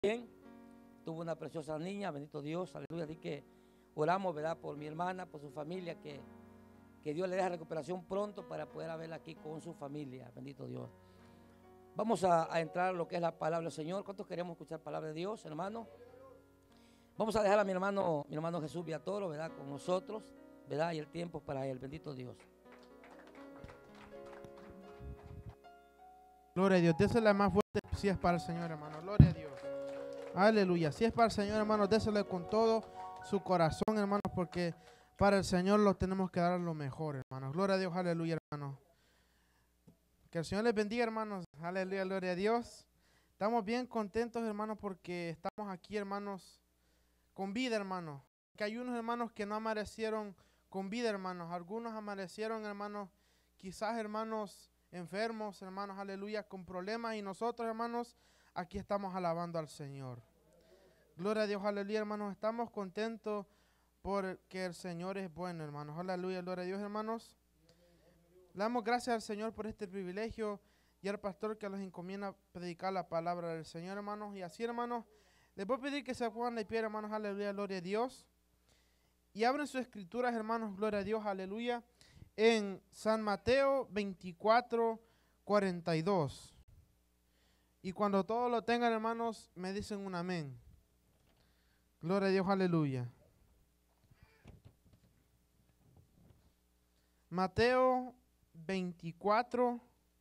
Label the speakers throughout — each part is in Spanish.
Speaker 1: bien, tuvo una preciosa niña, bendito Dios, aleluya. Así que oramos, ¿verdad?, por mi hermana, por su familia, que Dios le dé recuperación pronto para poder verla aquí con su familia, bendito Dios. Vamos a entrar a lo que es la palabra del Señor. ¿Cuántos queremos escuchar palabra de Dios, hermano? Vamos a dejar a mi hermano Jesús Villatoro, ¿verdad?, con nosotros, ¿verdad?, y el tiempo es para él, bendito Dios.
Speaker 2: Gloria a Dios, désela más fuerte si es para el Señor, hermano. Gloria a Dios. Aleluya. Si es para el Señor, hermano, désele con todo su corazón, hermano, porque para el Señor lo tenemos que dar lo mejor, hermano. Gloria a Dios, aleluya, hermano. Que el Señor les bendiga, hermanos. Aleluya, gloria a Dios. Estamos bien contentos, hermanos, porque estamos aquí, hermanos, con vida, hermanos. Que hay unos hermanos que no amanecieron con vida, hermanos. Algunos amanecieron, hermanos, quizás, hermanos, enfermos, hermanos, aleluya, con problemas. Y nosotros, hermanos, aquí estamos alabando al Señor. Gloria a Dios, aleluya, hermanos. Estamos contentos porque el Señor es bueno, hermanos. Aleluya, gloria a Dios, hermanos. Le damos gracias al Señor por este privilegio y al pastor que nos encomienda a predicar la palabra del Señor, hermanos. Y así, hermanos, les voy a pedir que se pongan de pie, hermanos. Aleluya, gloria a Dios. Y abren sus escrituras, hermanos, gloria a Dios, aleluya, en San Mateo 24, 42. Y cuando todos lo tengan, hermanos, me dicen un amén. Gloria a Dios, aleluya. Mateo 24,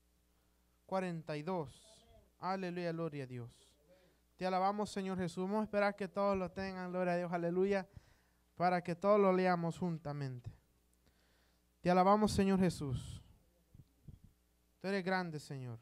Speaker 2: 42. Aleluya, gloria a Dios. Te alabamos, Señor Jesús. Vamos a esperar que todos lo tengan, gloria a Dios, aleluya, para que todos lo leamos juntamente. Te alabamos, Señor Jesús. Tú eres grande, Señor.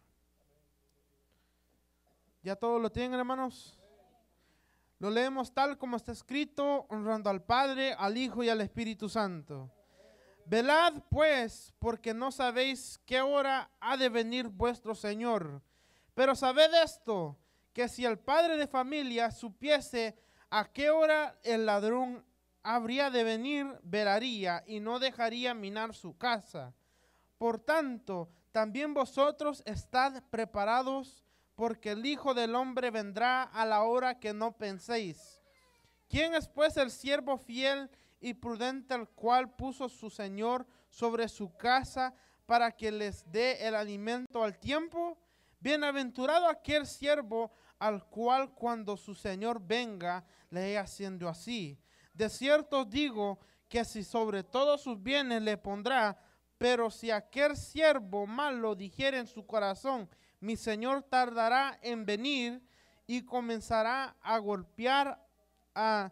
Speaker 2: ¿Ya todos lo tienen, hermanos? Lo leemos tal como está escrito, honrando al Padre, al Hijo y al Espíritu Santo. Velad, pues, porque no sabéis qué hora ha de venir vuestro Señor. Pero sabed esto, que si el padre de familia supiese a qué hora el ladrón habría de venir, velaría y no dejaría minar su casa. Por tanto, también vosotros estad preparados, porque el Hijo del Hombre vendrá a la hora que no penséis. ¿Quién es pues el siervo fiel y prudente, el cual puso su Señor sobre su casa para que les dé el alimento al tiempo? Bienaventurado aquel siervo al cual cuando su Señor venga le haya haciendo así. De cierto os digo que si sobre todos sus bienes le pondrá, pero si aquel siervo malo dijere en su corazón, mi Señor tardará en venir, y comenzará a golpear a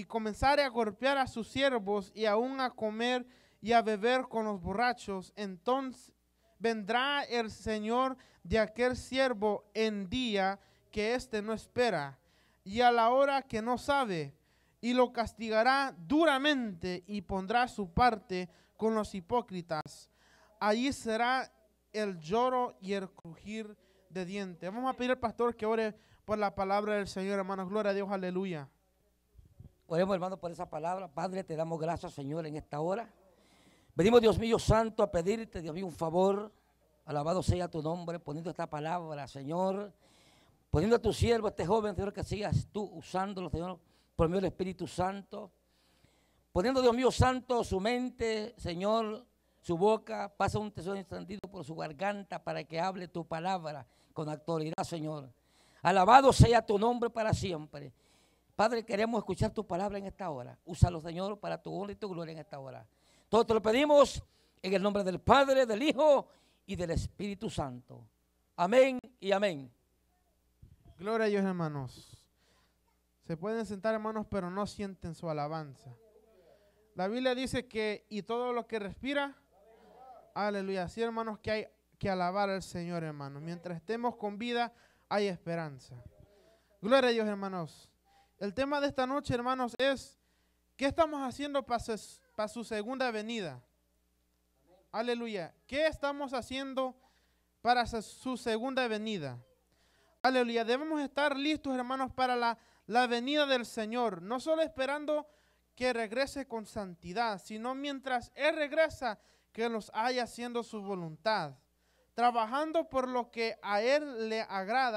Speaker 2: sus siervos y aún a comer y a beber con los borrachos, entonces vendrá el Señor de aquel siervo en día que éste no espera y a la hora que no sabe, y lo castigará duramente y pondrá su parte con los hipócritas. Allí será el lloro y el crujir de dientes. Vamos a pedir al pastor que ore por la palabra del Señor, hermanos. Gloria a Dios, aleluya.
Speaker 1: Oremos, hermano, por esa palabra. Padre, te damos gracias, Señor, en esta hora. Venimos, Dios mío santo, a pedirte, Dios mío, un favor. Alabado sea tu nombre, poniendo esta palabra, Señor. Poniendo a tu siervo, este joven, Señor, que sigas tú usándolo, Señor, por medio del Espíritu Santo. Poniendo, Dios mío santo, su mente, Señor, su boca, pasa un tesoro encendido por su garganta para que hable tu palabra con autoridad, Señor. Alabado sea tu nombre para siempre. Padre, queremos escuchar tu palabra en esta hora. Úsalo, Señor, para tu honra y tu gloria en esta hora. Todo te lo pedimos en el nombre del Padre, del Hijo y del Espíritu Santo. Amén y amén.
Speaker 2: Gloria a Dios, hermanos. Se pueden sentar, hermanos, pero no sienten su alabanza. La Biblia dice que, y todo lo que respira, aleluya. Sí, hermanos, que hay que alabar al Señor, hermanos. Mientras estemos con vida, hay esperanza. Gloria a Dios, hermanos. El tema de esta noche, hermanos, es ¿qué estamos haciendo para su segunda venida? Aleluya. ¿Qué estamos haciendo para su segunda venida? Aleluya. Debemos estar listos, hermanos, para la venida del Señor. No solo esperando que regrese con santidad, sino mientras Él regresa, que nos haya haciendo su voluntad. Trabajando por lo que a Él le agrada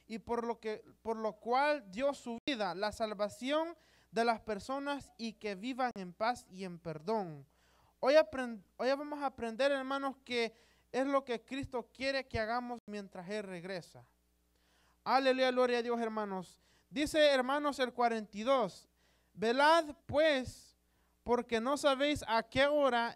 Speaker 2: y por lo cual dio su vida, la salvación de las personas y que vivan en paz y en perdón. Hoy vamos a aprender, hermanos, que es lo que Cristo quiere que hagamos mientras Él regresa. Aleluya, gloria a Dios, hermanos. Dice, hermanos, el 42, velad pues, porque no sabéis a qué hora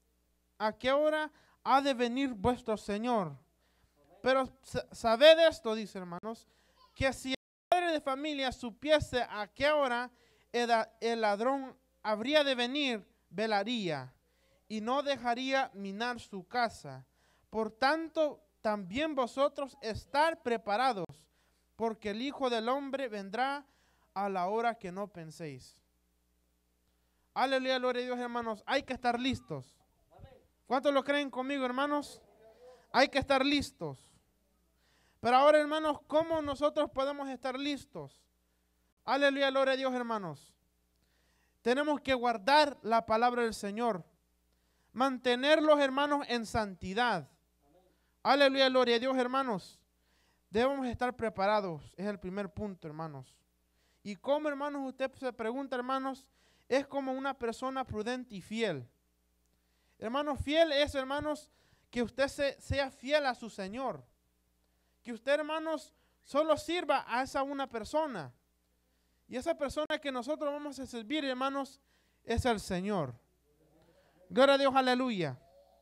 Speaker 2: ha de venir vuestro Señor. Pero sabed esto, dice, hermanos, que si el padre de familia supiese a qué hora el ladrón habría de venir, velaría y no dejaría minar su casa. Por tanto, también vosotros estar preparados, porque el Hijo del Hombre vendrá a la hora que no penséis. Aleluya, gloria a Dios, hermanos. Hay que estar listos. ¿Cuántos lo creen conmigo, hermanos? Hay que estar listos. Pero ahora, hermanos, ¿cómo nosotros podemos estar listos? Aleluya, gloria a Dios, hermanos. Tenemos que guardar la palabra del Señor. Mantenerlos, hermanos, en santidad. Aleluya, gloria a Dios, hermanos. Debemos estar preparados. Es el primer punto, hermanos. Y cómo, hermanos, usted se pregunta, hermanos, es como una persona prudente y fiel. Hermanos, fiel es, hermanos, que usted sea fiel a su Señor. Que usted, hermanos, solo sirva a esa una persona. Y esa persona que nosotros vamos a servir, hermanos, es el Señor. Gloria a Dios, aleluya.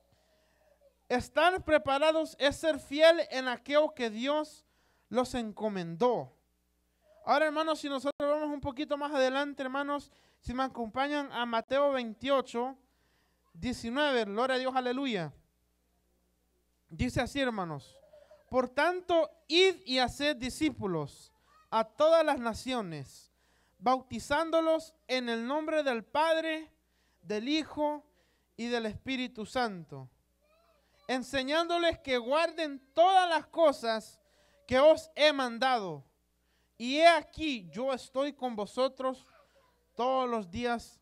Speaker 2: Estar preparados es ser fiel en aquello que Dios los encomendó. Ahora, hermanos, si nosotros vamos un poquito más adelante, hermanos, si me acompañan a Mateo 28, 19, gloria a Dios, aleluya. Dice así, hermanos. Por tanto, id y haced discípulos a todas las naciones, bautizándolos en el nombre del Padre, del Hijo y del Espíritu Santo, enseñándoles que guarden todas las cosas que os he mandado. Y he aquí, yo estoy con vosotros todos los días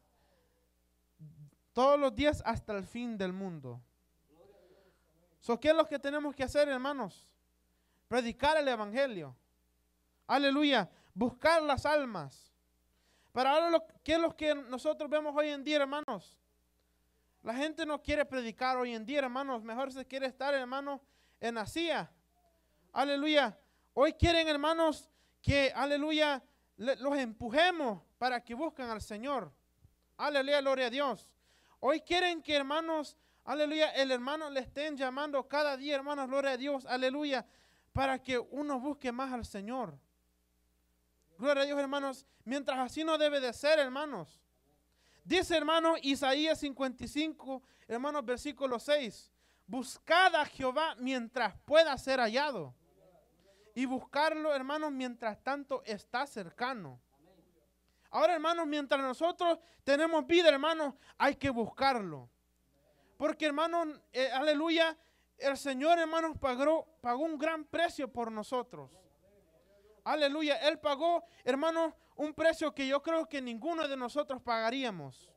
Speaker 2: hasta el fin del mundo. ¿Qué es lo que tenemos que hacer, hermanos? Predicar el evangelio. Aleluya. Buscar las almas. Pero ahora, ¿qué es lo que nosotros vemos hoy en día, hermanos? La gente no quiere predicar hoy en día, hermanos. Mejor se quiere estar, hermanos, en la silla. Aleluya. Hoy quieren, hermanos, que, aleluya, los empujemos para que busquen al Señor. Aleluya, gloria a Dios. Hoy quieren que, hermanos, aleluya, el hermano le estén llamando cada día, hermanos, gloria a Dios, aleluya, para que uno busque más al Señor. Gloria a Dios, hermanos, mientras así no debe de ser, hermanos. Dice, hermanos, Isaías 55, hermanos, versículo 6. Buscad a Jehová mientras pueda ser hallado. Y buscarlo, hermanos, mientras tanto está cercano. Ahora, hermanos, mientras nosotros tenemos vida, hermanos, hay que buscarlo. Porque, hermanos, aleluya, el Señor, hermanos, pagó un gran precio por nosotros. Aleluya, Él pagó, hermanos, un precio que yo creo que ninguno de nosotros pagaríamos.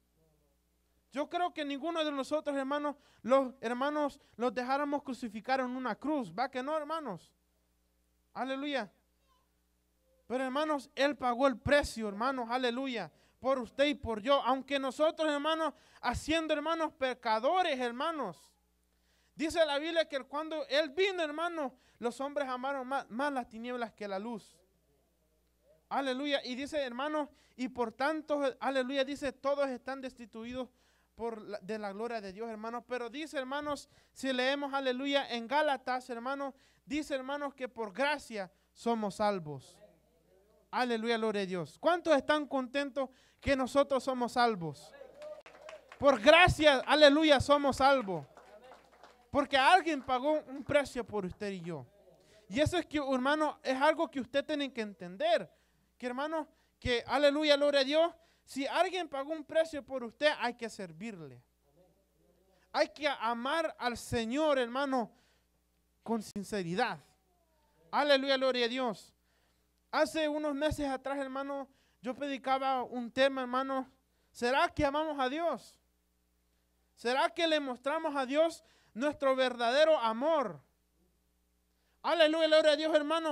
Speaker 2: Yo creo que ninguno de nosotros, hermanos, los dejáramos crucificar en una cruz. ¿Va que no, hermanos? Aleluya. Pero, hermanos, Él pagó el precio, hermanos, aleluya, por usted y por yo. Aunque nosotros, hermanos, haciendo, hermanos, pecadores, hermanos. Dice la Biblia que cuando Él vino, hermanos, los hombres amaron más las tinieblas que la luz. Aleluya. Y dice, hermanos, y por tanto, aleluya, dice, todos están destituidos de la gloria de Dios, hermanos. Pero dice, hermanos, si leemos, aleluya, en Gálatas, hermanos, dice, hermanos, que por gracia somos salvos. Aleluya, gloria a Dios. ¿Cuántos están contentos que nosotros somos salvos? Por gracia, aleluya, somos salvos. Porque alguien pagó un precio por usted y yo. Y eso es que, hermano, es algo que usted tiene que entender. Que, hermano, que, aleluya, gloria a Dios, si alguien pagó un precio por usted, hay que servirle. Hay que amar al Señor, hermano, con sinceridad. Aleluya, gloria a Dios. Hace unos meses atrás, hermano, yo predicaba un tema, hermano. ¿Será que amamos a Dios? ¿Será que le mostramos a Dios nuestro verdadero amor? Aleluya, gloria a Dios, hermano.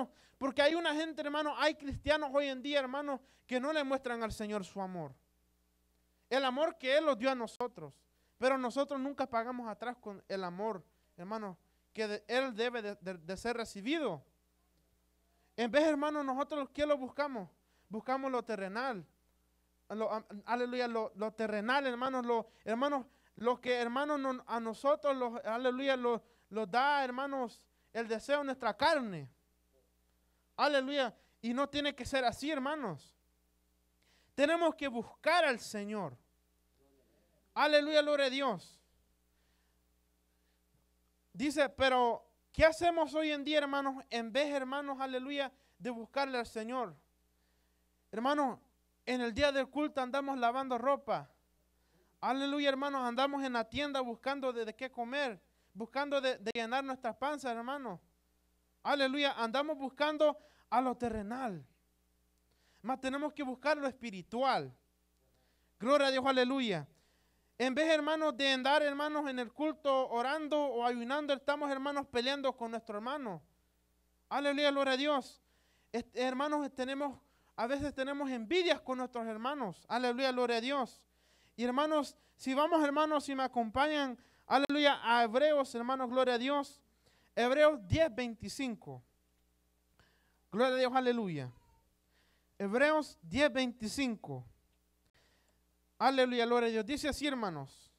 Speaker 2: Porque hay una gente, hermano, hay cristianos hoy en día, hermano, que no le muestran al Señor su amor. El amor que Él nos dio a nosotros. Pero nosotros nunca pagamos atrás con el amor, hermano, que Él debe de ser recibido. En vez, hermano, nosotros, ¿qué lo buscamos? Buscamos lo terrenal. Aleluya, lo terrenal, hermanos, lo que, hermanos, a nosotros, aleluya, lo da, hermanos, el deseo de nuestra carne. Aleluya. Y no tiene que ser así, hermanos. Tenemos que buscar al Señor. Aleluya, gloria a Dios. Dice, pero ¿qué hacemos hoy en día, hermanos? En vez, hermanos, aleluya, de buscarle al Señor. Hermanos, en el día del culto andamos lavando ropa. Aleluya, hermanos, andamos en la tienda buscando de qué comer, buscando de llenar nuestras panzas, hermanos. Aleluya, andamos buscando a lo terrenal. Mas tenemos que buscar lo espiritual. Gloria a Dios, aleluya. En vez, hermanos, de andar, hermanos, en el culto orando o ayunando, estamos, hermanos, peleando con nuestro hermano. Aleluya, gloria a Dios. Hermanos, a veces tenemos envidias con nuestros hermanos. Aleluya, gloria a Dios. Y hermanos, si vamos, hermanos, si me acompañan, aleluya, a Hebreos, hermanos, gloria a Dios. Hebreos 10:25. Gloria a Dios, aleluya. Hebreos 10:25. Aleluya, gloria a Dios. Dice así, hermanos.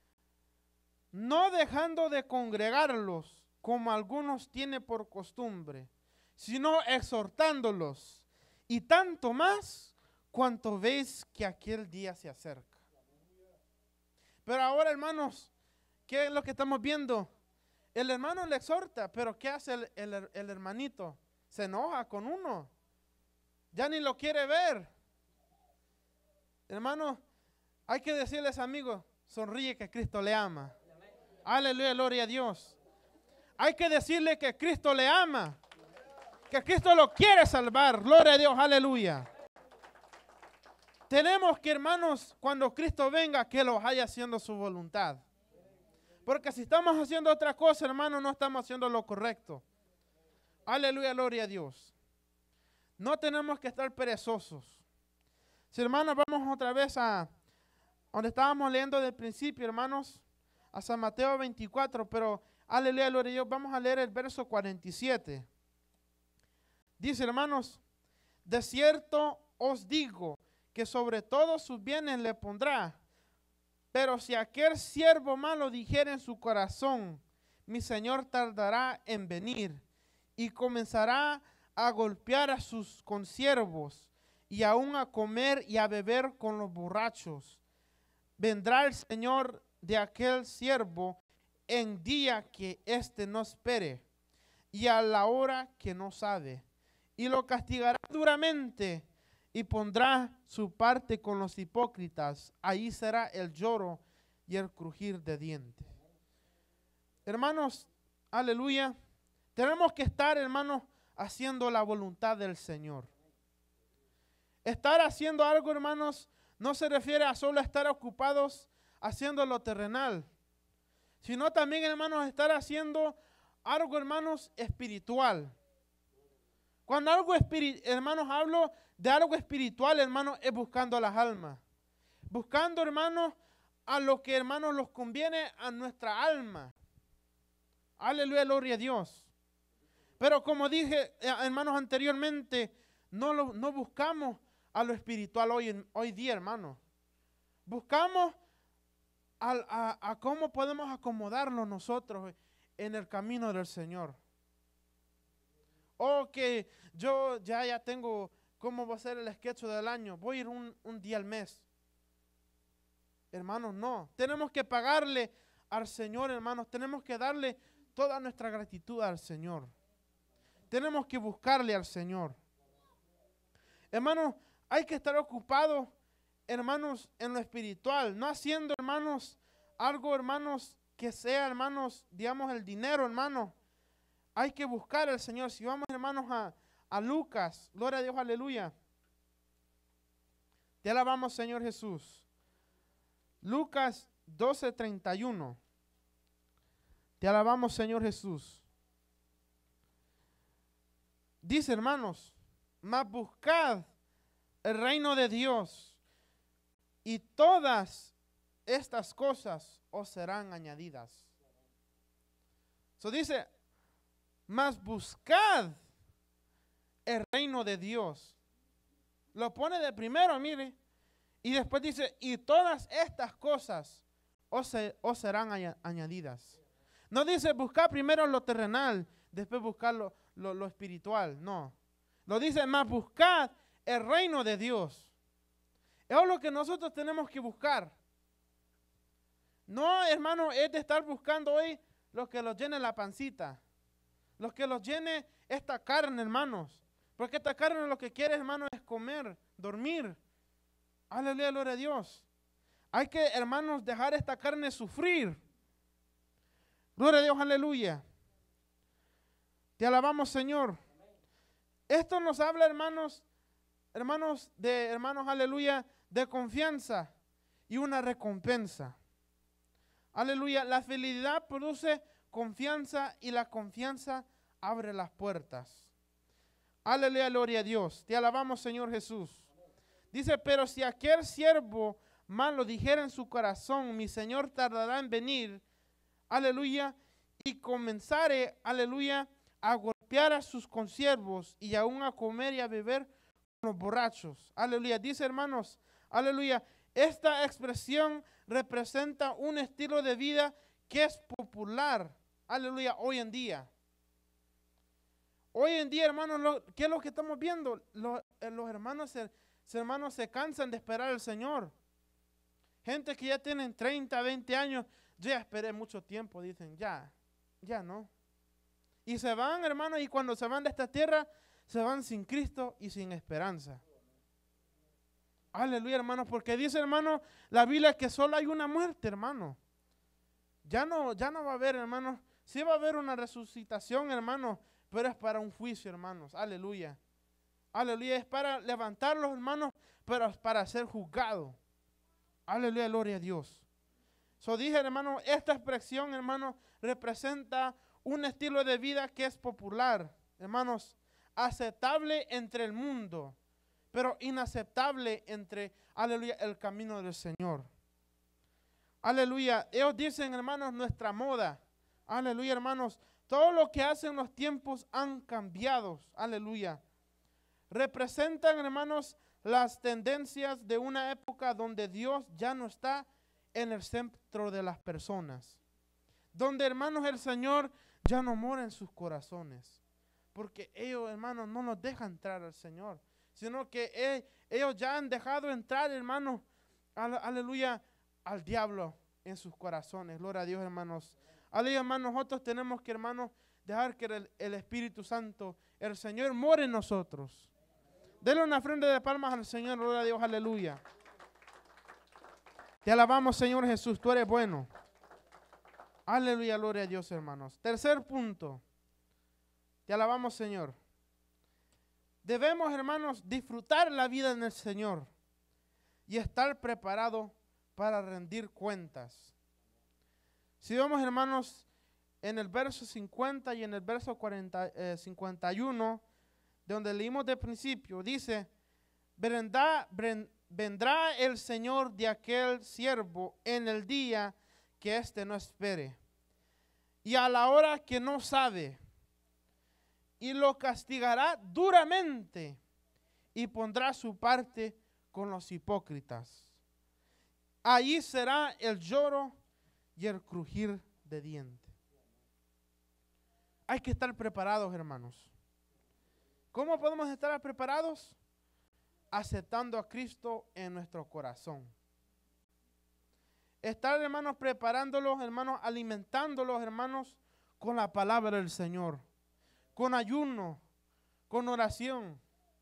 Speaker 2: No dejando de congregarlos, como algunos tienen por costumbre, sino exhortándolos, y tanto más cuanto veis que aquel día se acerca. Pero ahora, hermanos, ¿qué es lo que estamos viendo? El hermano le exhorta, pero ¿qué hace el hermanito? Se enoja con uno. Ya ni lo quiere ver. Hermano, hay que decirles, amigos, sonríe que Cristo le ama. Aleluya, gloria a Dios. Hay que decirle que Cristo le ama. Que Cristo lo quiere salvar. Gloria a Dios, aleluya. Tenemos que, hermanos, cuando Cristo venga, que lo vaya haciendo su voluntad. Porque si estamos haciendo otra cosa, hermanos, no estamos haciendo lo correcto. Aleluya, gloria a Dios. No tenemos que estar perezosos. Si, hermanos, vamos otra vez a donde estábamos leyendo del principio, hermanos, a San Mateo 24, pero aleluya, gloria a Dios, vamos a leer el verso 47. Dice, hermanos, de cierto os digo que sobre todos sus bienes le pondrá, pero si aquel siervo malo dijera en su corazón, mi Señor tardará en venir, y comenzará a golpear a sus consiervos, y aún a comer y a beber con los borrachos, vendrá el Señor de aquel siervo en día que éste no espere y a la hora que no sabe, y lo castigará duramente y pondrá su parte con los hipócritas. Ahí será el lloro y el crujir de dientes. Hermanos, aleluya, tenemos que estar, hermanos, haciendo la voluntad del Señor. Estar haciendo algo, hermanos, no se refiere a solo estar ocupados haciendo lo terrenal, sino también, hermanos, estar haciendo algo, hermanos, espiritual. Cuando algo hermanos, hablo de algo espiritual, hermanos, es buscando las almas. Buscando, hermanos, a lo que, hermanos, los conviene a nuestra alma. Aleluya, gloria a Dios. Pero como dije, hermanos, anteriormente, no buscamos a lo espiritual hoy día, hermanos. Buscamos a cómo podemos acomodarnos nosotros en el camino del Señor. O que yo ya tengo cómo va a ser el sketch del año. Voy a ir un día al mes. Hermanos, no. Tenemos que pagarle al Señor, hermanos. Tenemos que darle toda nuestra gratitud al Señor. Tenemos que buscarle al Señor. Hermanos, hay que estar ocupados, hermanos, en lo espiritual. No haciendo, hermanos, algo, hermanos, que sea, hermanos, digamos, el dinero, hermanos. Hay que buscar al Señor. Si vamos, hermanos, a Lucas, gloria a Dios, aleluya. Te alabamos, Señor Jesús. Lucas 12:31. Te alabamos, Señor Jesús. Dice, hermanos, mas buscad el reino de Dios y todas estas cosas os serán añadidas. Dice, mas buscad el reino de Dios. Lo pone de primero, mire. Y después dice, y todas estas cosas os serán añadidas. No dice buscar primero lo terrenal, después buscar lo espiritual. No. Lo dice, más buscad el reino de Dios. Es lo que nosotros tenemos que buscar. No, hermano, es de estar buscando hoy lo que los llene la pancita. Lo que los llene esta carne, hermanos. Porque esta carne lo que quiere, hermano, es comer, dormir. Aleluya, gloria a Dios. Hay que, hermanos, dejar esta carne sufrir. Gloria a Dios, aleluya. Te alabamos, Señor. Esto nos habla, hermanos, aleluya, de confianza y una recompensa. Aleluya, la fidelidad produce confianza y la confianza abre las puertas. Aleluya, gloria a Dios. Te alabamos, Señor Jesús. Dice, pero si aquel siervo malo dijera en su corazón, mi Señor tardará en venir, aleluya, y comenzare, aleluya, a golpear a sus consiervos y aún a comer y a beber con los borrachos. Aleluya. Dice, hermanos, aleluya, esta expresión representa un estilo de vida que es popular, aleluya, hoy en día. Hoy en día, hermanos, ¿qué es lo que estamos viendo? Los hermanos se cansan de esperar al Señor. Gente que ya tienen 30, 20 años, yo ya esperé mucho tiempo, dicen, ya no. Y se van, hermanos, y cuando se van de esta tierra, se van sin Cristo y sin esperanza. Aleluya, hermanos, porque dice, hermano, la Biblia que solo hay una muerte, hermano. Ya no va a haber, hermanos. Sí va a haber una resucitación, hermanos, pero es para un juicio, hermanos. Aleluya. Aleluya, es para levantarlos, hermanos, pero es para ser juzgado. Aleluya, gloria a Dios. Dije, hermano, esta expresión, hermano, representa un estilo de vida que es popular, hermanos, aceptable entre el mundo, pero inaceptable entre, aleluya, el camino del Señor. Aleluya, ellos dicen, hermanos, nuestra moda. Aleluya, hermanos, todo lo que hacen los tiempos han cambiado. Aleluya. Representan, hermanos, las tendencias de una época donde Dios ya no está en el centro de las personas. Donde, hermanos, el Señor ya no mora en sus corazones. Porque ellos, hermanos, no nos dejan entrar al Señor. Sino que ellos ya han dejado entrar, hermanos, aleluya, al diablo en sus corazones. Gloria a Dios, hermanos. Aleluya, hermanos, nosotros tenemos que, hermanos, dejar que el Espíritu Santo, el Señor, more en nosotros. Denle una ofrenda de palmas al Señor, gloria a Dios, aleluya. Te alabamos, Señor Jesús, tú eres bueno. Aleluya, gloria a Dios, hermanos. Tercer punto. Te alabamos, Señor. Debemos, hermanos, disfrutar la vida en el Señor y estar preparados para rendir cuentas. Si vemos, hermanos, en el verso 50 y en el verso 51, de donde leímos de principio, dice, vendrá el Señor de aquel siervo en el día que éste no espere, y a la hora que no sabe, y lo castigará duramente, y pondrá su parte con los hipócritas. Allí será el lloro y el crujir de dientes. Hay que estar preparados, hermanos. ¿Cómo podemos estar preparados? Aceptando a Cristo en nuestro corazón. Estar, hermanos, preparándolos, hermanos, alimentándolos, hermanos, con la palabra del Señor, con ayuno, con oración.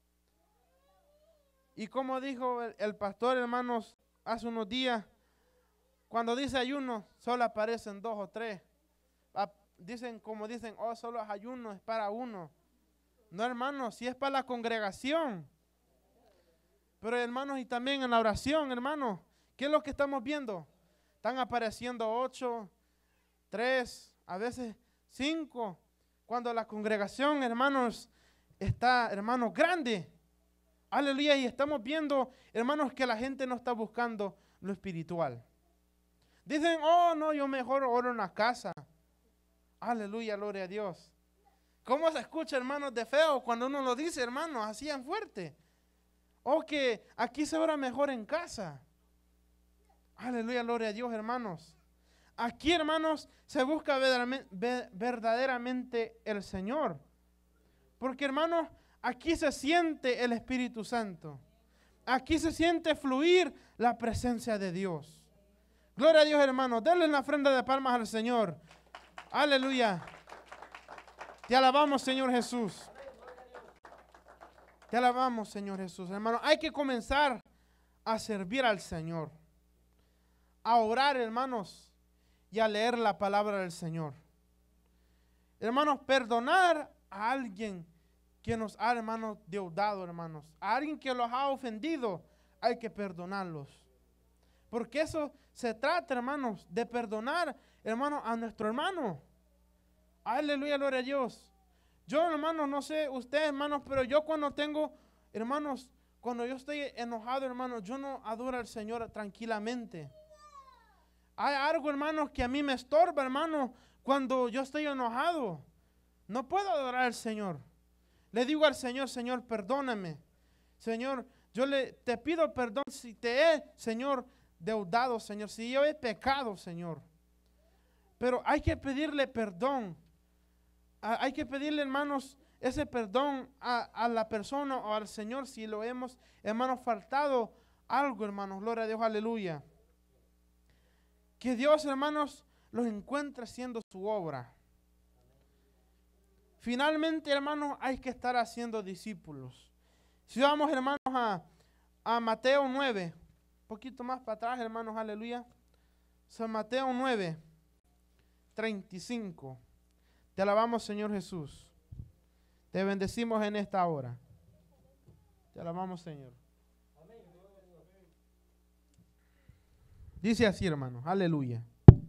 Speaker 2: Y como dijo el pastor, hermanos, hace unos días, cuando dice ayuno, solo aparecen 2 o 3. Dicen, oh, solo es ayuno, es para uno. No, hermanos, si es para la congregación. Pero, hermanos, y también en la oración, hermanos, ¿qué es lo que estamos viendo? Están apareciendo 8, 3, a veces 5. Cuando la congregación, hermanos, está, hermanos, grande. Aleluya. Y estamos viendo, hermanos, que la gente no está buscando lo espiritual. Dicen, oh, no, yo mejor oro en la casa. Aleluya, gloria a Dios. ¿Cómo se escucha, hermanos, de feo cuando uno lo dice, hermanos, así en fuerte? O que aquí se ora mejor en casa. Aleluya, gloria a Dios, hermanos. Aquí, hermanos, se busca verdaderamente el Señor. Porque, hermanos, aquí se siente el Espíritu Santo. Aquí se siente fluir la presencia de Dios. Gloria a Dios, hermanos. Denle una ofrenda de palmas al Señor. Aleluya. Te alabamos, Señor Jesús. Te alabamos, Señor Jesús. Hermanos, hay que comenzar a servir al Señor. A orar, hermanos, y a leer la palabra del Señor. Hermanos, perdonar a alguien que nos ha, hermanos, deudado, hermanos. A alguien que los ha ofendido, hay que perdonarlos. Porque eso se trata, hermanos, de perdonar, hermanos, a nuestro hermano. Aleluya, gloria a Dios. Yo, hermanos, no sé ustedes, hermanos, pero yo cuando tengo, hermanos, cuando yo estoy enojado, hermanos, yo no adoro al Señor tranquilamente. Hay algo, hermanos, que a mí me estorba, hermanos, cuando yo estoy enojado. No puedo adorar al Señor. Le digo al Señor, Señor, perdóname. Señor, te pido perdón si te he, Señor, deudado, Señor, si yo he pecado, Señor. Pero hay que pedirle perdón. Hay que pedirle, hermanos, ese perdón a la persona o al Señor si lo hemos, hermanos, faltado algo, hermanos. Gloria a Dios, aleluya. Que Dios, hermanos, los encuentre haciendo su obra. Finalmente, hermanos, hay que estar haciendo discípulos. Si vamos, hermanos, a Mateo 9, un poquito más para atrás, hermanos, aleluya. San Mateo 9, 35. Te alabamos, Señor Jesús. Te bendecimos en esta hora. Te alabamos, Señor. Dice así, hermanos, aleluya.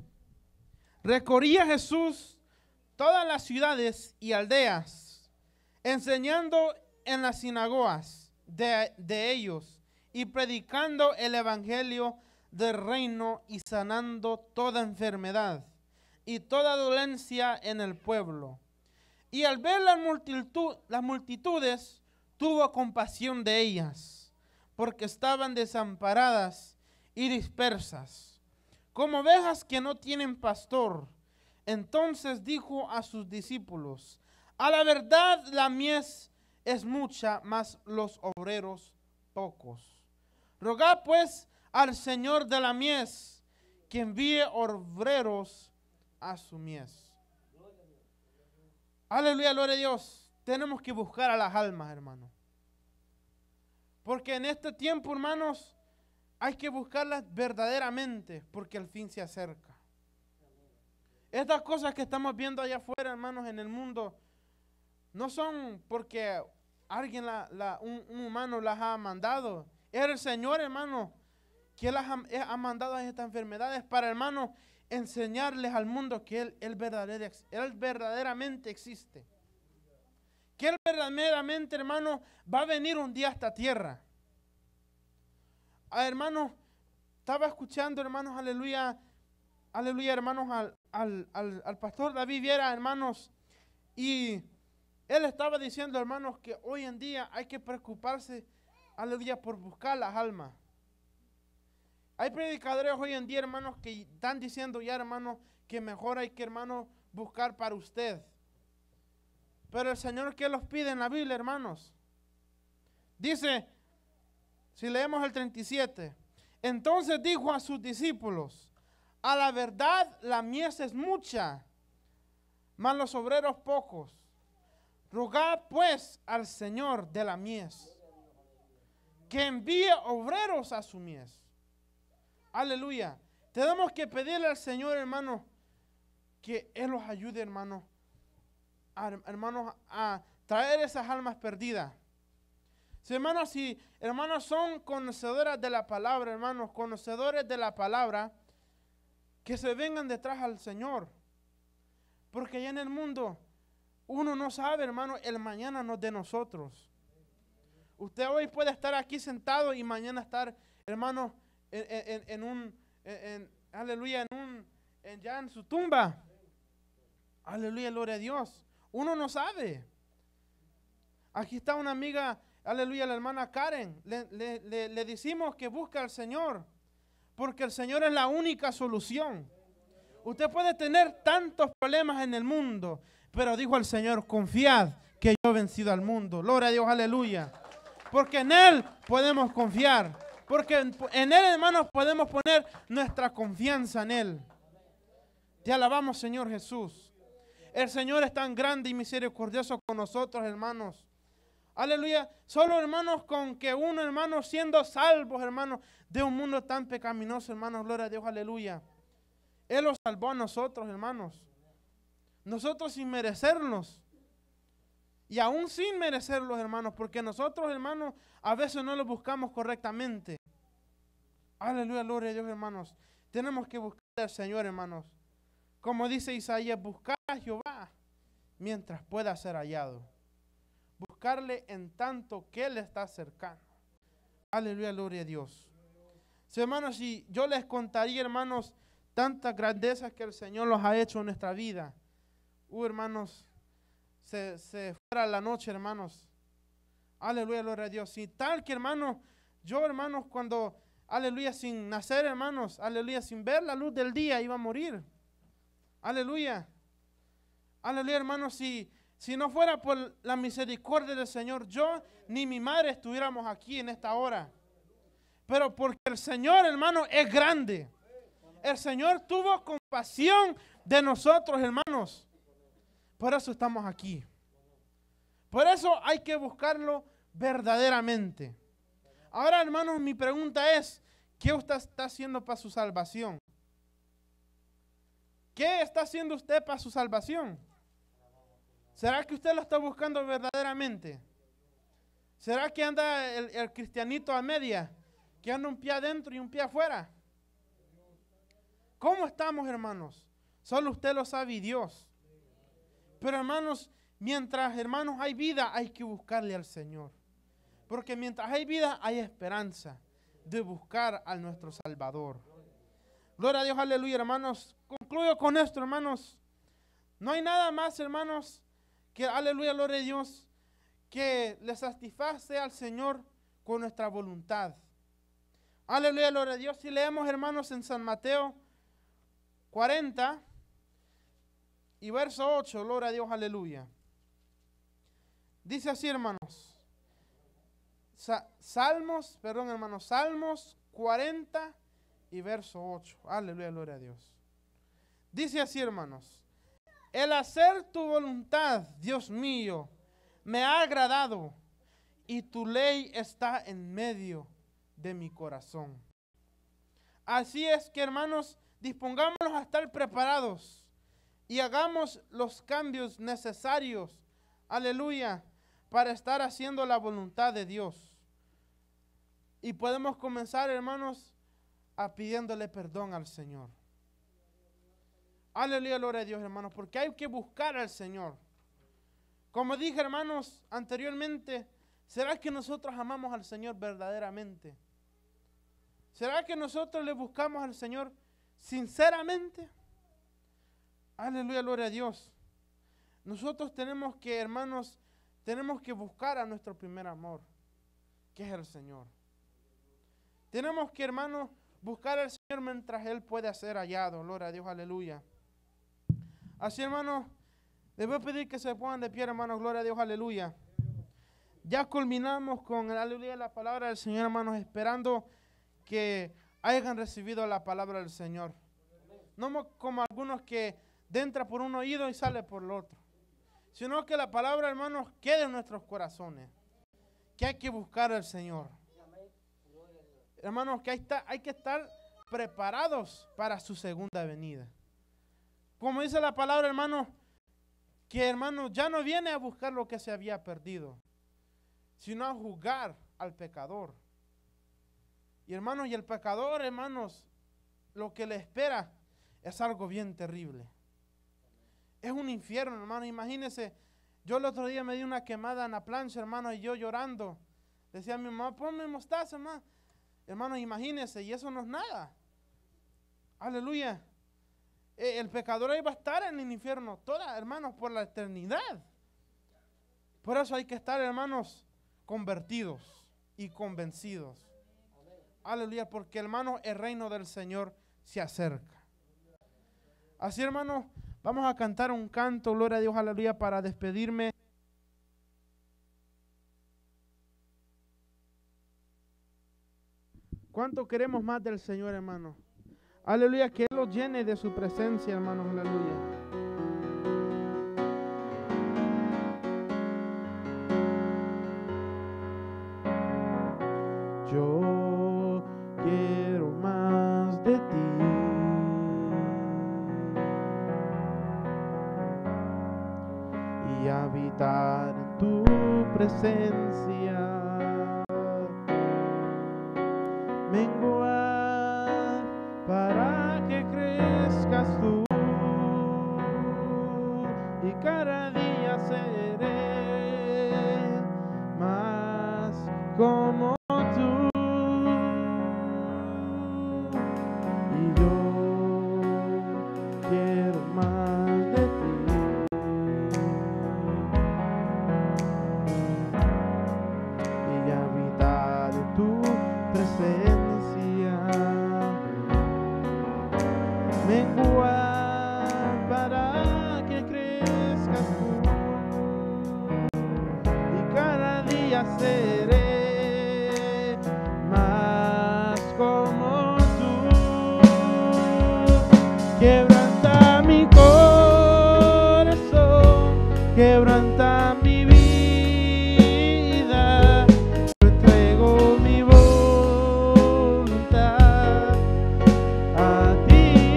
Speaker 2: Recorría Jesús todas las ciudades y aldeas, enseñando en las sinagogas de ellos y predicando el evangelio del reino y sanando toda enfermedad y toda dolencia en el pueblo. Y al ver las multitudes, tuvo compasión de ellas, porque estaban desamparadas y dispersas, como ovejas que no tienen pastor. Entonces dijo a sus discípulos: a la verdad la mies es mucha, mas los obreros pocos. Rogad pues al Señor de la mies que envíe obreros a su mies. Aleluya, gloria a Dios. Tenemos que buscar a las almas, hermanos. Porque en este tiempo, hermanos, hay que buscarlas verdaderamente, porque el fin se acerca. Estas cosas que estamos viendo allá afuera, hermanos, en el mundo, no son porque alguien, un humano las ha mandado. Es el Señor, hermano, que las ha mandado a estas enfermedades para, hermano, enseñarles al mundo que Él verdaderamente existe. Que Él verdaderamente, hermano, va a venir un día a esta tierra. Hermanos, estaba escuchando, hermanos, aleluya, aleluya, hermanos, al pastor David Viera, hermanos, y él estaba diciendo, hermanos, que hoy en día hay que preocuparse, aleluya, por buscar las almas. Hay predicadores hoy en día, hermanos, que están diciendo ya, hermanos, que mejor hay que, hermanos, buscar para usted. Pero el Señor, ¿qué los pide en la Biblia, hermanos? Dice, si leemos el 37, entonces dijo a sus discípulos: a la verdad la mies es mucha, mas los obreros pocos. Rogad pues al Señor de la mies que envíe obreros a su mies. Aleluya. Tenemos que pedirle al Señor, hermano, que Él los ayude, hermano, a traer esas almas perdidas. Si, hermanos, son conocedoras de la palabra, hermanos, conocedores de la palabra, que se vengan detrás al Señor. Porque allá en el mundo, Uno no sabe, hermano, el mañana no es de nosotros. Usted hoy puede estar aquí sentado y mañana estar, hermano, aleluya, ya en su tumba. Aleluya, gloria a Dios. Uno no sabe. Aquí está una amiga, aleluya, la hermana Karen. Le decimos que busque al Señor, porque el Señor es la única solución. Usted puede tener tantos problemas en el mundo, pero dijo el Señor, confiad que yo he vencido al mundo. Gloria a Dios, aleluya. Porque en Él podemos confiar. Porque en Él, hermanos, podemos poner nuestra confianza en Él. Te alabamos, Señor Jesús. El Señor es tan grande y misericordioso con nosotros, hermanos. Aleluya. Solo, hermanos, con que uno, hermanos, siendo salvos, hermanos, de un mundo tan pecaminoso, hermanos, gloria a Dios, aleluya. Él los salvó a nosotros, hermanos. Nosotros sin merecerlos. Y aún sin merecerlos, hermanos, porque nosotros, hermanos, a veces no los buscamos correctamente. Aleluya, gloria a Dios, hermanos. Tenemos que buscar al Señor, hermanos. Como dice Isaías, buscar a Jehová mientras pueda ser hallado. Buscarle en tanto que Él está cercano. Aleluya, gloria a Dios. Sí, hermanos, si yo les contaría, hermanos, tantas grandezas que el Señor los ha hecho en nuestra vida. Hermanos, se fuera la noche, hermanos. Aleluya, gloria a Dios. Si tal que, hermanos, yo, hermanos, cuando, aleluya, sin nacer, hermanos, aleluya, sin ver la luz del día, iba a morir. Aleluya. Aleluya, hermanos, si no fuera por la misericordia del Señor, yo ni mi madre estuviéramos aquí en esta hora. Pero porque el Señor, hermano, es grande. El Señor tuvo compasión de nosotros, hermanos. Por eso estamos aquí. Por eso hay que buscarlo verdaderamente. Ahora, hermanos, mi pregunta es, ¿qué usted está haciendo para su salvación? ¿Qué está haciendo usted para su salvación? ¿Será que usted lo está buscando verdaderamente? ¿Será que anda el cristianito a media? ¿Que anda un pie adentro y un pie afuera? ¿Cómo estamos, hermanos? Solo usted lo sabe y Dios. Pero, hermanos, mientras, hermanos, hay vida, hay que buscarle al Señor. Porque mientras hay vida, hay esperanza de buscar a nuestro Salvador. Gloria a Dios, aleluya, hermanos. Concluyo con esto, hermanos. No hay nada más, hermanos, que, aleluya, gloria a Dios, que le satisface al Señor con nuestra voluntad. Aleluya, gloria a Dios. Si leemos, hermanos, en San Mateo 40 y verso 8, gloria a Dios, aleluya. Dice así, hermanos. Salmos 40 y verso 8. Aleluya, gloria a Dios. Dice así, hermanos. El hacer tu voluntad, Dios mío, me ha agradado y tu ley está en medio de mi corazón. Así es que, hermanos, dispongámonos a estar preparados y hagamos los cambios necesarios, aleluya, para estar haciendo la voluntad de Dios. Y podemos comenzar, hermanos, a pidiéndole perdón al Señor. Aleluya, gloria a Dios, hermanos, porque hay que buscar al Señor. Como dije, hermanos, anteriormente, ¿será que nosotros amamos al Señor verdaderamente? ¿Será que nosotros le buscamos al Señor sinceramente? Aleluya, gloria a Dios. Nosotros tenemos que, hermanos, tenemos que buscar a nuestro primer amor, que es el Señor. Tenemos que, hermanos, buscar al Señor mientras Él puede ser hallado. Gloria a Dios, aleluya. Así, hermanos, les voy a pedir que se pongan de pie, hermanos. Gloria a Dios, aleluya. Ya culminamos con, aleluya, la palabra del Señor, hermanos, esperando que hayan recibido la palabra del Señor. No como algunos que entra por un oído y sale por el otro, sino que la palabra, hermanos, quede en nuestros corazones. Que hay que buscar al Señor. Hermanos, que hay que estar preparados para su segunda venida. Como dice la palabra, hermanos, que, hermanos, ya no viene a buscar lo que se había perdido, sino a juzgar al pecador. Y, hermanos, y el pecador, hermanos, lo que le espera es algo bien terrible. Es un infierno, hermanos. Imagínense, Yo el otro día me di una quemada en la plancha, hermano, y yo llorando. Decía a mi mamá, ponme mostaza, hermano. Hermano, imagínense, y eso no es nada. Aleluya. El pecador ahí va a estar en el infierno, hermanos, por la eternidad. Por eso hay que estar, hermanos, convertidos y convencidos. Aleluya, porque, hermanos, el reino del Señor se acerca. Así, hermanos, vamos a cantar un canto, gloria a Dios, aleluya, para despedirme. ¿Cuánto queremos más del Señor, hermano? Aleluya, que Él los llene de su presencia, hermanos, aleluya. Yo quiero más de ti. Y habitar en tu presencia. Menguar para que crezcas tú, y cada día seré más como tú. Y yo quiero más de ti. Y habitar en tu presencia. Menguar para que crezcas tú, y cada día seré más como tú. Quebranta mi corazón, quebranta mi vida, yo entrego mi voluntad a ti.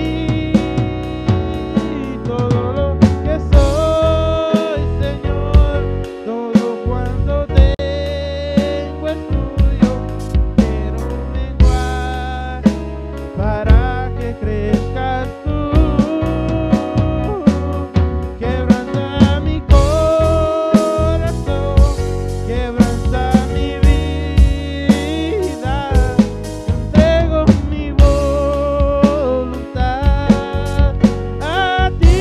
Speaker 2: Todo lo que soy, Señor, todo cuanto tengo es tuyo. Quiero menguar para que crezcas tú. Quebranta mi corazón, quebranta mi vida, entrego mi voluntad a ti.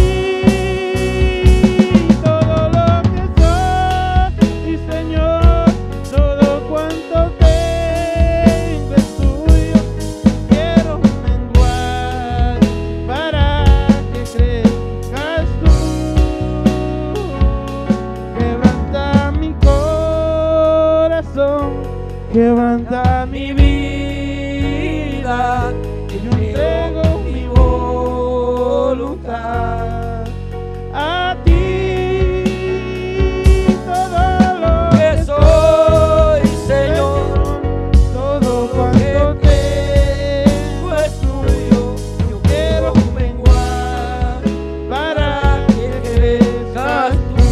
Speaker 2: Todo lo que soy, Señor, todo cuanto tengo es tuyo. Quiero menguar para que crezcas tú. Quebranta mi corazón, quebranta mi vida, y yo entrego mi voluntad a ti. Todo lo que soy, Señor, todo cuanto tengo es tuyo. Yo quiero menguar para que crezcas tú.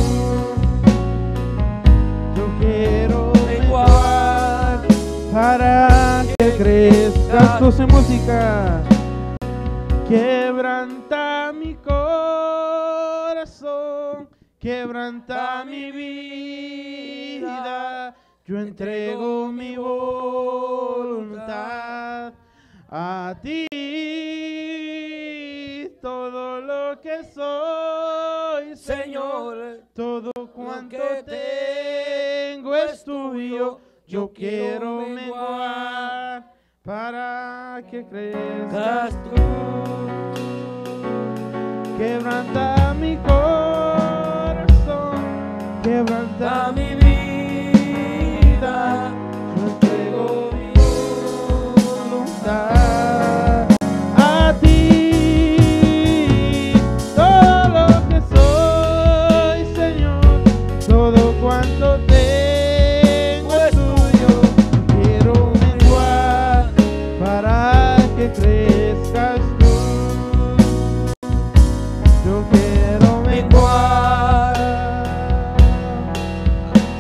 Speaker 2: Yo quiero menguar para que crezcas tú. Sin música. Quebranta mi corazón, quebranta mi vida, yo entrego mi voluntad a ti. Todo lo que soy, Señor, todo cuanto tengo es tuyo. Yo quiero menguar para que crezcas tú. Quebranta mi corazón, quebranta mi vida, yo entrego mi voluntad a ti. Todo lo que soy, Señor, todo cuanto tengo es tuyo. Quiero menguar para que crezcas tú. Yo quiero menguar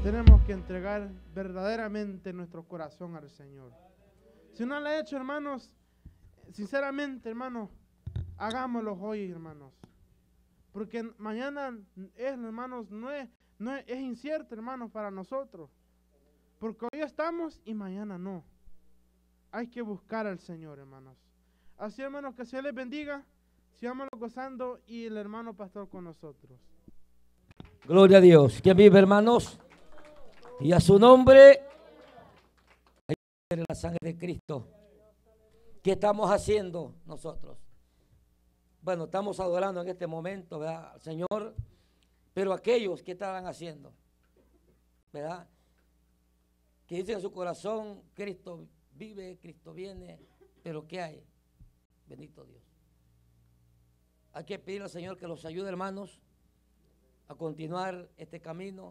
Speaker 2: tenemos que entregar verdaderamente nuestro corazón al Señor. Si no lo ha hecho, hermanos, sinceramente, hermanos, hagámoslo hoy, hermanos. Porque mañana es, hermanos, es incierto, hermanos, para nosotros. Porque hoy estamos y mañana no. Hay que buscar al Señor, hermanos. Así, hermanos, que Dios les bendiga. Sigamos gozando y el hermano pastor con nosotros.
Speaker 1: Gloria a Dios. ¿Quién vive, hermanos? Y a su nombre, en la sangre de Cristo. ¿Qué estamos haciendo nosotros? Bueno, estamos adorando en este momento, ¿verdad?, al Señor, pero aquellos que estaban haciendo, ¿verdad?, que dicen en su corazón, Cristo vive, Cristo viene, pero ¿qué hay? Bendito Dios. Hay que pedir al Señor que los ayude, hermanos, a continuar este camino,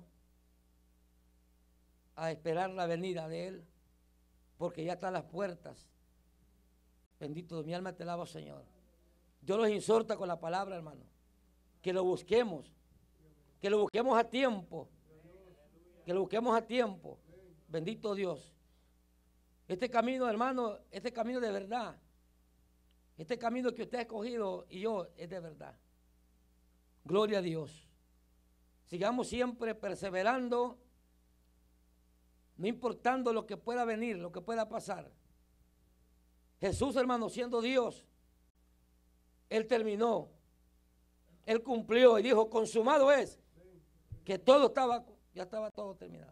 Speaker 1: a esperar la venida de Él, porque ya están las puertas. Bendito Dios, mi alma te alaba, Señor. Yo los exhorto con la palabra, hermano, que lo busquemos a tiempo, que lo busquemos a tiempo. Bendito Dios. Este camino, hermano, este camino de verdad, este camino que usted ha escogido y yo es de verdad. Gloria a Dios. Sigamos siempre perseverando, no importando lo que pueda venir, lo que pueda pasar. Jesús, hermano, siendo Dios, Él terminó, Él cumplió y dijo, consumado es, que todo ya estaba todo terminado.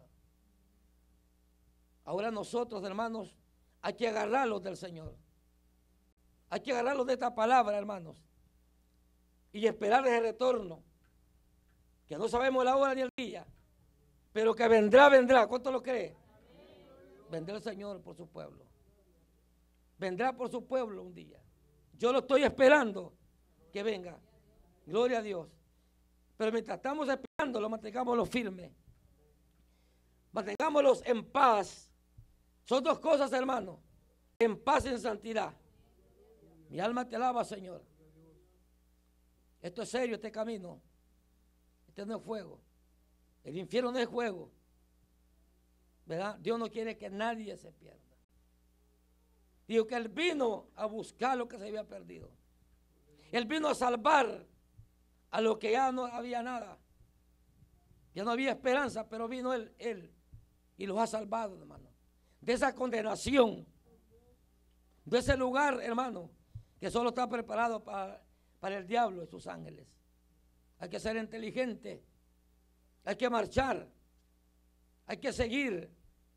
Speaker 1: Ahora nosotros, hermanos, hay que agarrarlos del Señor. Hay que agarrarlos de esta palabra, hermanos, y esperar ese retorno, que no sabemos la hora ni el día, pero que vendrá, vendrá. ¿Cuánto lo cree? Vendrá el Señor por su pueblo. Vendrá por su pueblo un día. Yo lo estoy esperando que venga. Gloria a Dios. Pero mientras estamos esperándolo, mantengámoslo firme. Mantengámoslos en paz. Son dos cosas, hermano. En paz y en santidad. Mi alma te alaba, Señor. Esto es serio, este camino. Este no es fuego. El infierno no es juego. ¿Verdad? Dios no quiere que nadie se pierda. Dijo que Él vino a buscar lo que se había perdido. Él vino a salvar a lo que ya no había nada. Ya no había esperanza, pero vino Él y los ha salvado, hermano. De esa condenación, de ese lugar, hermano, que solo está preparado para el diablo y sus ángeles. Hay que ser inteligente, hay que marchar, hay que seguir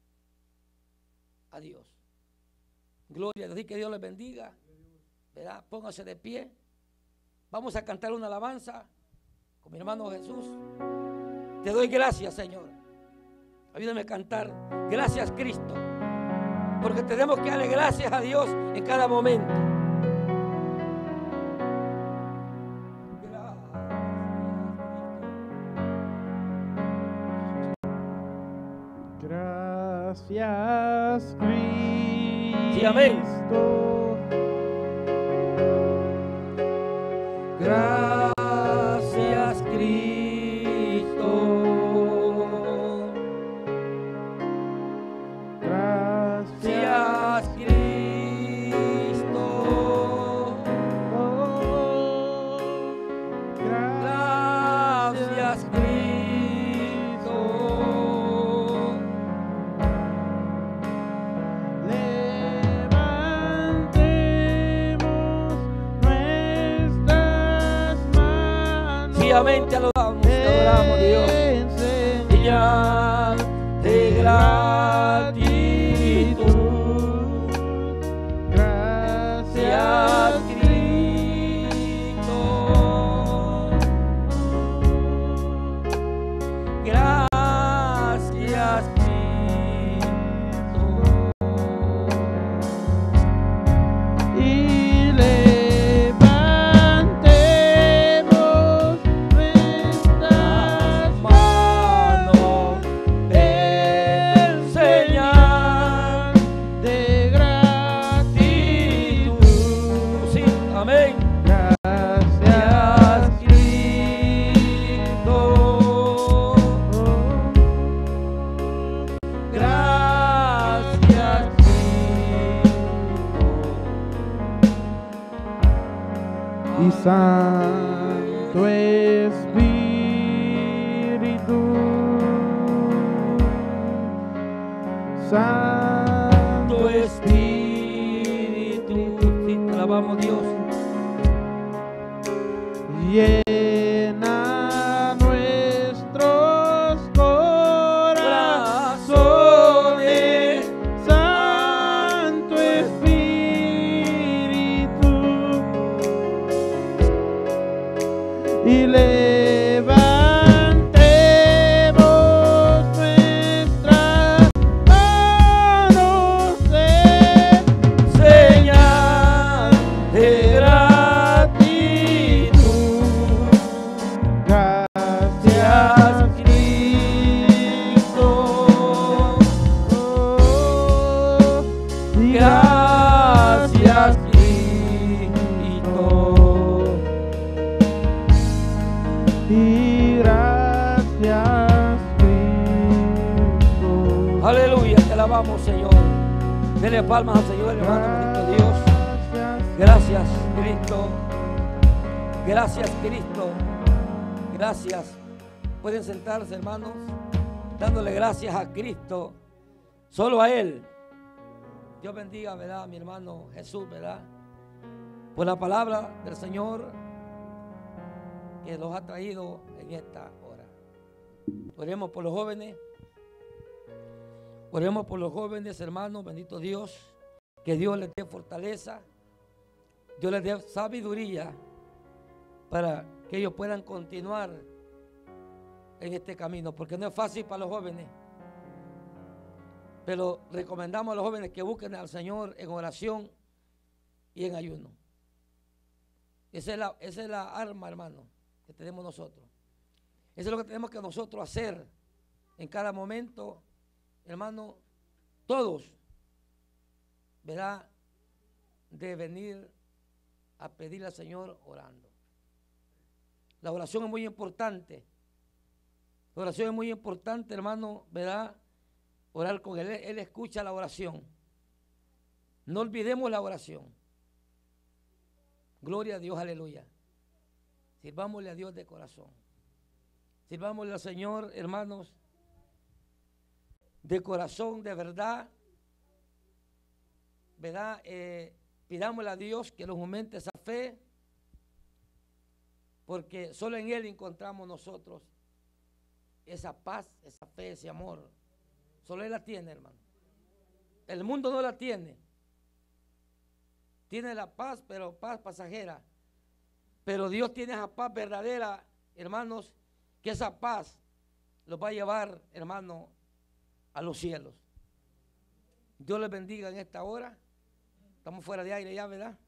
Speaker 1: a Dios. Gloria a Dios, que Dios les bendiga, ¿verdad? Póngase de pie. Vamos a cantar una alabanza con mi hermano Jesús. Te doy gracias, Señor. Ayúdame a cantar. Gracias, Cristo. Porque tenemos que darle gracias a Dios en cada momento.
Speaker 2: Gracias, Cristo.
Speaker 1: Sí, amén. Gracias, Cristo. Gracias, Cristo.
Speaker 2: Oh,
Speaker 1: Gracias, Cristo. Amén, te alabamos, Dios. Señal de gratitud. Gracias, Cristo. Gracias, Cristo.
Speaker 2: y levantemos nuestras manos. Santo Espíritu, Santo
Speaker 1: Espíritu, sí, te alabamos, Dios.
Speaker 2: llena nuestros corazones, Santo Espíritu, y levantemos nuestras manos en señal de gratitud. Gracias, Cristo. Gracias, Cristo. Y gracias, Cristo.
Speaker 1: Aleluya, te alabamos, Señor. Dele palmas al Señor, hermano, bendito Dios. Gracias, Cristo. Gracias, Cristo. Gracias. Pueden sentarse, hermanos, dándole gracias a Cristo, solo a Él. Dios bendiga, ¿verdad? A mi hermano Jesús, ¿verdad? Por la palabra del Señor que los ha traído en esta hora. Oremos por los jóvenes. Oremos por los jóvenes, hermanos, bendito Dios. Que Dios les dé fortaleza. Dios les dé sabiduría para que ellos puedan continuar en este camino, porque no es fácil para los jóvenes, pero recomendamos a los jóvenes que busquen al Señor en oración y en ayuno. Esa es la arma, hermano, que tenemos nosotros. Eso es lo que tenemos que nosotros hacer en cada momento, hermano, todos, ¿verdad? De venir a pedirle al Señor orando. La oración es muy importante. La oración es muy importante, hermano, ¿verdad? Orar con Él. Él escucha la oración. No olvidemos la oración. Gloria a Dios, aleluya. Sirvámosle a Dios de corazón. Sirvámosle al Señor, hermanos, de corazón, de verdad. ¿Verdad? Pidámosle a Dios que nos aumente esa fe, porque solo en Él encontramos nosotros esa paz, esa fe, ese amor. Solo Él la tiene, hermano. El mundo no la tiene. Tiene la paz, pero paz pasajera. Pero Dios tiene esa paz verdadera, hermanos, que esa paz los va a llevar, hermano, a los cielos. Dios les bendiga en esta hora. Estamos fuera de aire ya, ¿verdad?